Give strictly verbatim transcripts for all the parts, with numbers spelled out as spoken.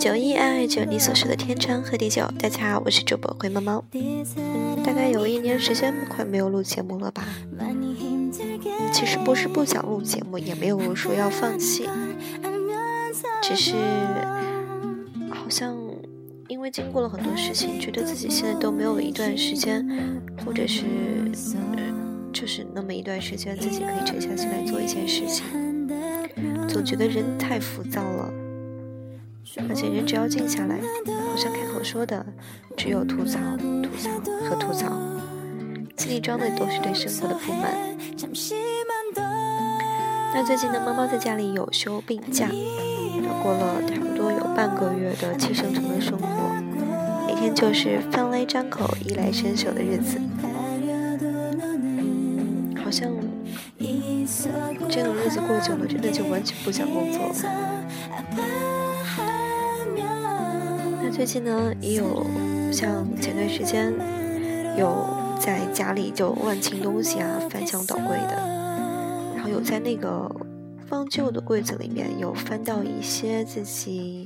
九一爱爱九，你所说的天长和地久。大家好，我是主播灰猫猫。嗯，大概有一年时间快没有录节目了吧。嗯，其实不是不想录节目，也没有说要放弃，只是好像因为经过了很多事情，觉得自己现在都没有一段时间，或者是、呃、就是那么一段时间，自己可以沉下心来做一件事情。总觉得人太浮躁了，而且人只要静下来，好像开口说的只有吐槽、吐槽和吐槽，心里装的都是对生活的不满。那最近呢，猫猫在家里有休病假，过了差不多有半个月的寄生虫的生活，每天就是饭来张口、衣来伸手的日子。嗯，好像这种日子过久了，真的就完全不想工作了。那最近呢，也有像前段时间有在家里就乱清东西啊，翻箱倒柜的，然后有在那个放旧的柜子里面有翻到一些自己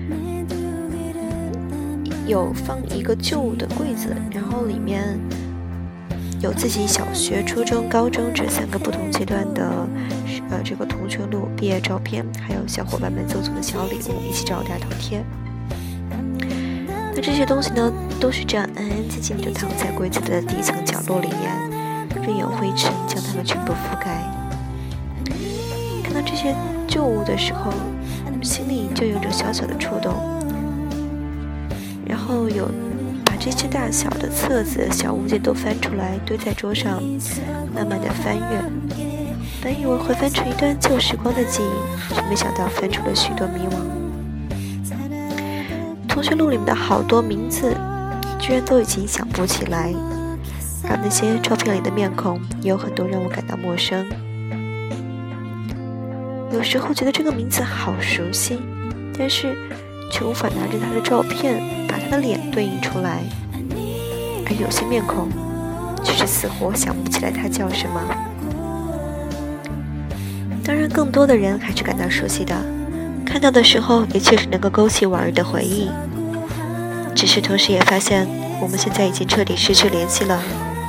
有放一个旧的柜子，然后里面有自己小学、初中、高中这三个不同阶段的呃这个同学录、毕业照片，还有小伙伴们赠送的小礼物，一起找大头贴。那这些东西呢，都是这样安安静静地躺在柜子的底层角落里面，任由灰尘将它们全部覆盖。看到这些旧物的时候，心里就有着小小的触动，然后有把这些大小的册子、小物件都翻出来，堆在桌上，慢慢的翻阅。本以为会翻出一段旧时光的记忆，却没想到翻出了许多迷惘。同学录里面的好多名字，居然都已经想不起来，而那些照片里的面孔，也有很多让我感到陌生。有时候觉得这个名字好熟悉，但是却无法拿着他的照片把他的脸对应出来，而有些面孔却是死活想不起来他叫什么。当然更多的人还是感到熟悉的，看到的时候也确实能够勾起往日的回忆，只是同时也发现我们现在已经彻底失去联系了。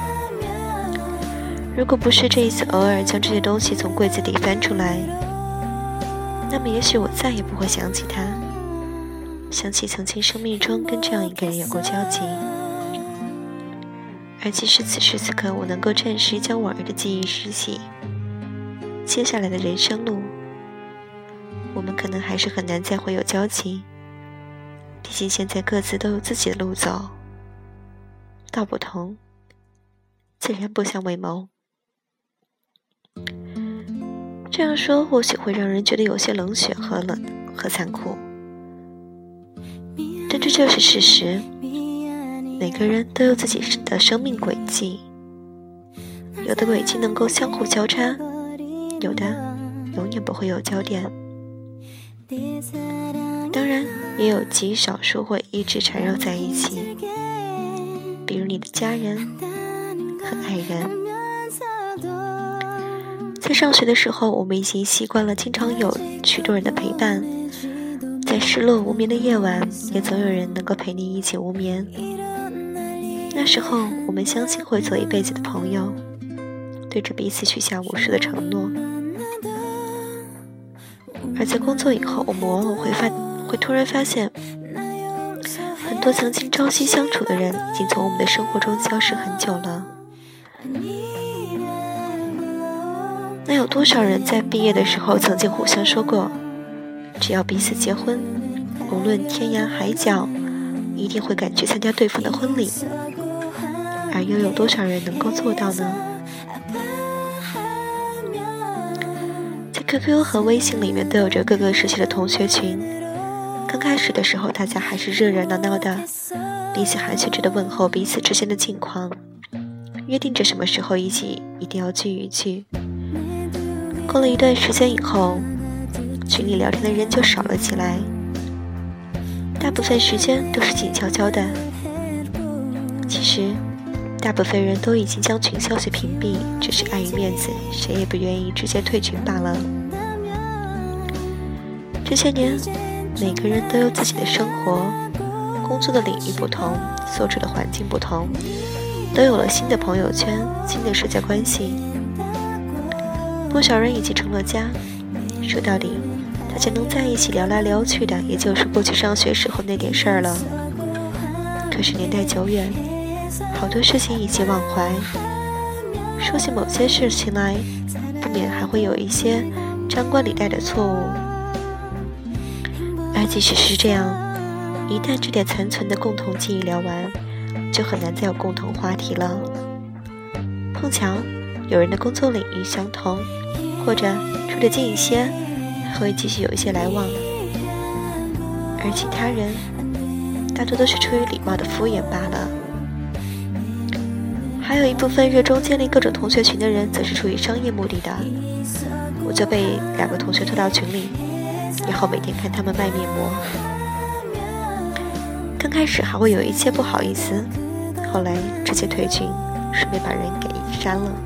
如果不是这一次偶尔将这些东西从柜子里翻出来，那么也许我再也不会想起他，想起曾经生命中跟这样一个人有过交集。而即使此时此刻我能够暂时将往日的记忆拾起，接下来的人生路，我们可能还是很难再会有交集，毕竟现在各自都有自己的路走，道不同，自然不相为谋。这样说或许会让人觉得有些冷血和冷和残酷，但这就是事实。每个人都有自己的生命轨迹，有的轨迹能够相互交叉，有的永远不会有交点。当然也有极少数会一直缠绕在一起，比如你的家人和爱人。在上学的时候，我们已经习惯了经常有许多人的陪伴，在失落无眠的夜晚，也总有人能够陪你一起无眠。那时候我们相信会做一辈子的朋友，对着彼此许下无数的承诺。而在工作以后，我们往往会发会突然发现，很多曾经朝夕相处的人已经从我们的生活中消失很久了。那有多少人在毕业的时候曾经互相说过，只要彼此结婚，无论天涯海角，一定会赶去参加对方的婚礼，而又有多少人能够做到呢？在 Q Q 和微信里面都有着各个时期的同学群，刚开始的时候大家还是热热闹闹的，彼此寒暄着的问候彼此之间的近况，约定着什么时候一起一定要聚一聚。过了一段时间以后，群里聊天的人就少了起来，大部分时间都是静悄悄的。其实大部分人都已经将群消息屏蔽，只是碍于面子，谁也不愿意直接退群罢了。这些年每个人都有自己的生活，工作的领域不同，所处的环境不同，都有了新的朋友圈，新的社交关系。不少人已经成了家，说到底，大家能在一起聊来聊去的，也就是过去上学时候那点事儿了。可是年代久远，好多事情已经忘怀，说起某些事情来，不免还会有一些张冠李戴的错误。而即使是这样，一旦这点残存的共同记忆聊完，就很难再有共同话题了。碰巧有人的工作领域相同，或者处得近一些，还会继续有一些来往，而其他人大多都是出于礼貌的敷衍罢了。还有一部分热衷建立各种同学群的人，则是出于商业目的的。我就被两个同学拖到群里，然后每天看他们卖面膜。刚开始还会有一些不好意思，后来直接退群，顺便把人给删了。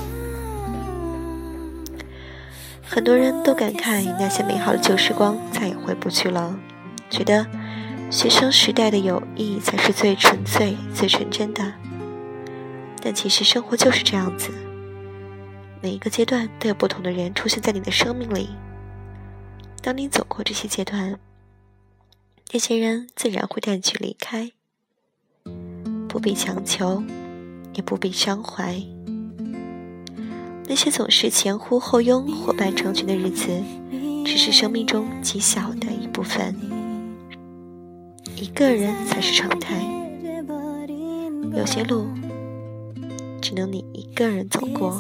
很多人都感慨那些美好的旧时光再也回不去了，觉得学生时代的友谊才是最纯粹最纯真的。但其实生活就是这样子，每一个阶段都有不同的人出现在你的生命里。当你走过这些阶段，那些人自然会带你去离开，不必强求，也不必伤怀。那些总是前呼后拥伙伴成群的日子，只是生命中极小的一部分。一个人才是常态，有些路只能你一个人走过。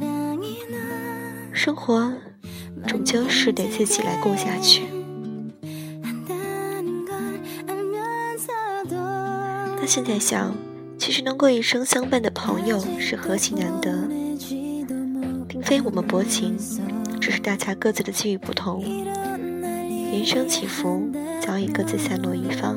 生活终究是得自己来过下去。那现在想，其实能够一生相伴的朋友是何其难得，并非我们薄情，只是大家各自的际遇不同，人生起伏早已各自散落一方。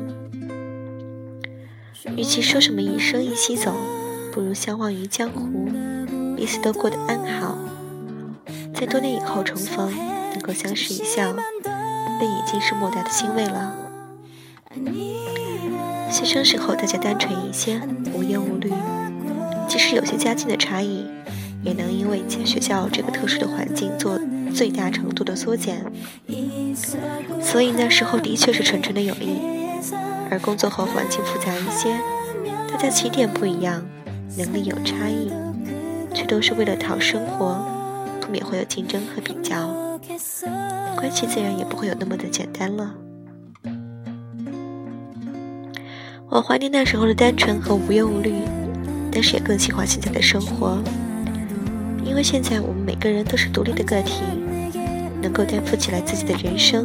与其说什么一生一起走，不如相忘于江湖，彼此都过得安好。在多年以后重逢，能够相视一笑，那已经是莫大的欣慰了。学生时候大家单纯一些，无忧无虑，即使有些家境的差异，也能因为在学校这个特殊的环境做最大程度的缩减。所以那时候的确是纯纯的友谊。而工作后环境复杂一些，大家起点不一样，能力有差异，却都是为了讨生活，不免会有竞争和比较，关系自然也不会有那么的简单了。我怀念那时候的单纯和无忧无虑，但是也更喜欢现在的生活，因为现在我们每个人都是独立的个体，能够担负起来自己的人生。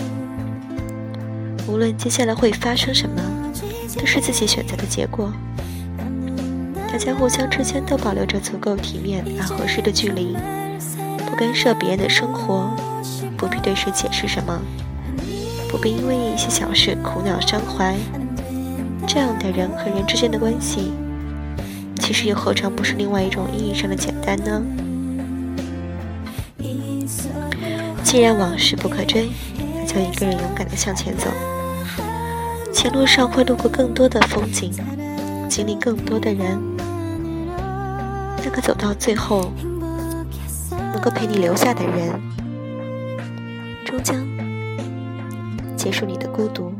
无论接下来会发生什么，都是自己选择的结果。大家互相之间都保留着足够体面而合适的距离，不干涉别人的生活，不必对谁解释什么，不必因为一些小事苦恼伤怀。这样的人和人之间的关系，其实又何尝不是另外一种意义上的简单呢？既然往事不可追，那就一个人勇敢地向前走。前路上会路过更多的风景，经历更多的人，那个走到最后能够陪你留下的人，终将结束你的孤独。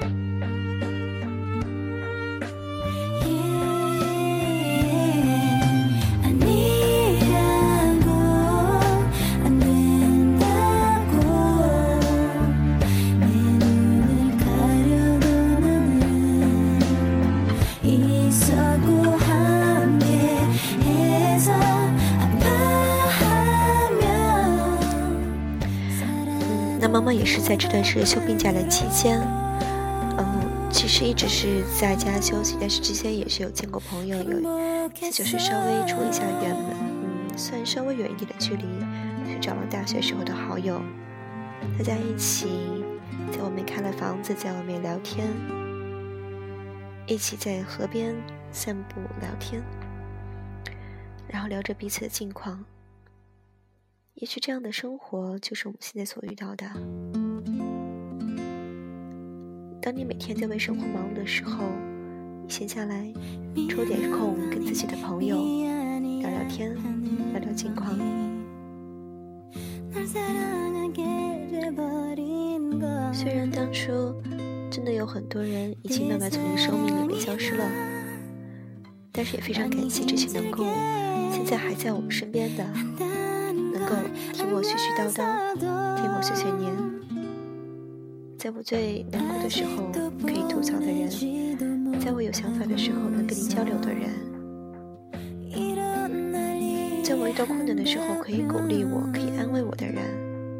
那妈妈也是在这段时间休病假的期间，嗯，其实一直是在家休息，但是之前也是有见过朋友，有一次就是稍微出一下远门，嗯，算稍微远一点的距离，去找了大学时候的好友，大家一起在外面看了房子，在外面聊天，一起在河边散步聊天，然后聊着彼此的近况。也许这样的生活就是我们现在所遇到的。 当你每天在为生活忙碌的时候，你闲下来抽点空跟自己的朋友聊聊天，聊聊近况。虽然当初真的有很多人已经慢慢从你生命里面消失了，但是也非常感谢这些能够现在还在我们身边的，能够听我絮絮叨叨，听我碎碎念，在我最难过的时候可以吐槽的人，在我有想法的时候能跟你交流的人，在我遇到困难的时候可以鼓励我，可以安慰我的人。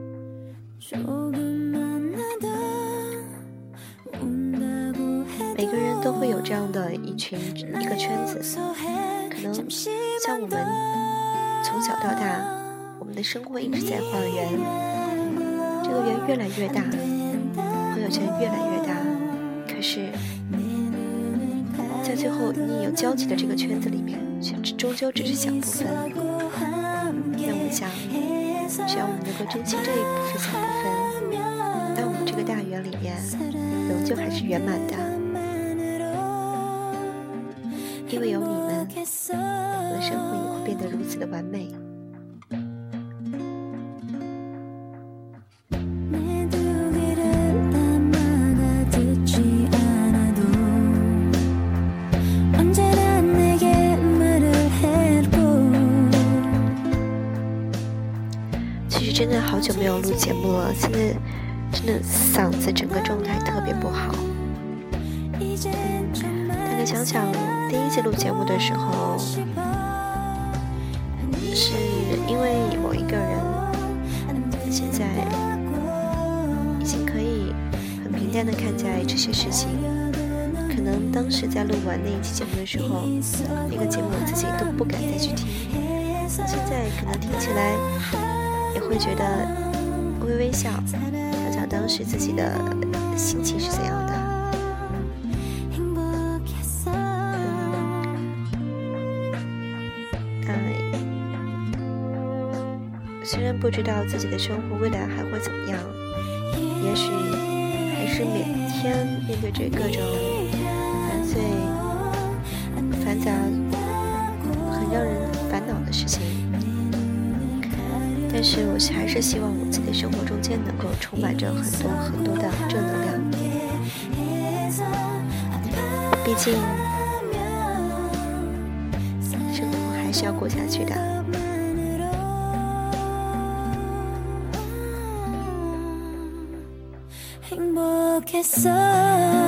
每个人都会有这样的一群一个圈子，可能像我们从小到大，我们的生活一直在画圆，这个圆越来越大，朋友圈越来越大，可是在最后你也有交集的这个圈子里面，却终究只是小部分。那我想只要我们能够珍惜这一部分小部分，那我们这个大圆里面仍旧还是圆满的，因为有你们，我的生活也会变得如此的完美。其实真的好久没有录节目了，现在真的嗓子整个状态特别不好。大概想想第一次录节目的时候，是因为某一个人现在已经可以很平淡的看待这些事情，可能当时在录完那一期节目的时候，那个节目我自己都不敢再去听，现在可能听起来也会觉得微微笑，想想当时自己的心情是怎样的。虽然不知道自己的生活未来还会怎么样，也许还是每天面对着各种繁碎、繁杂、很让人烦恼的事情，但是我还是希望我自己的生活中间能够充满着很多很多的正能量。毕竟生活还是要过下去的。행복했어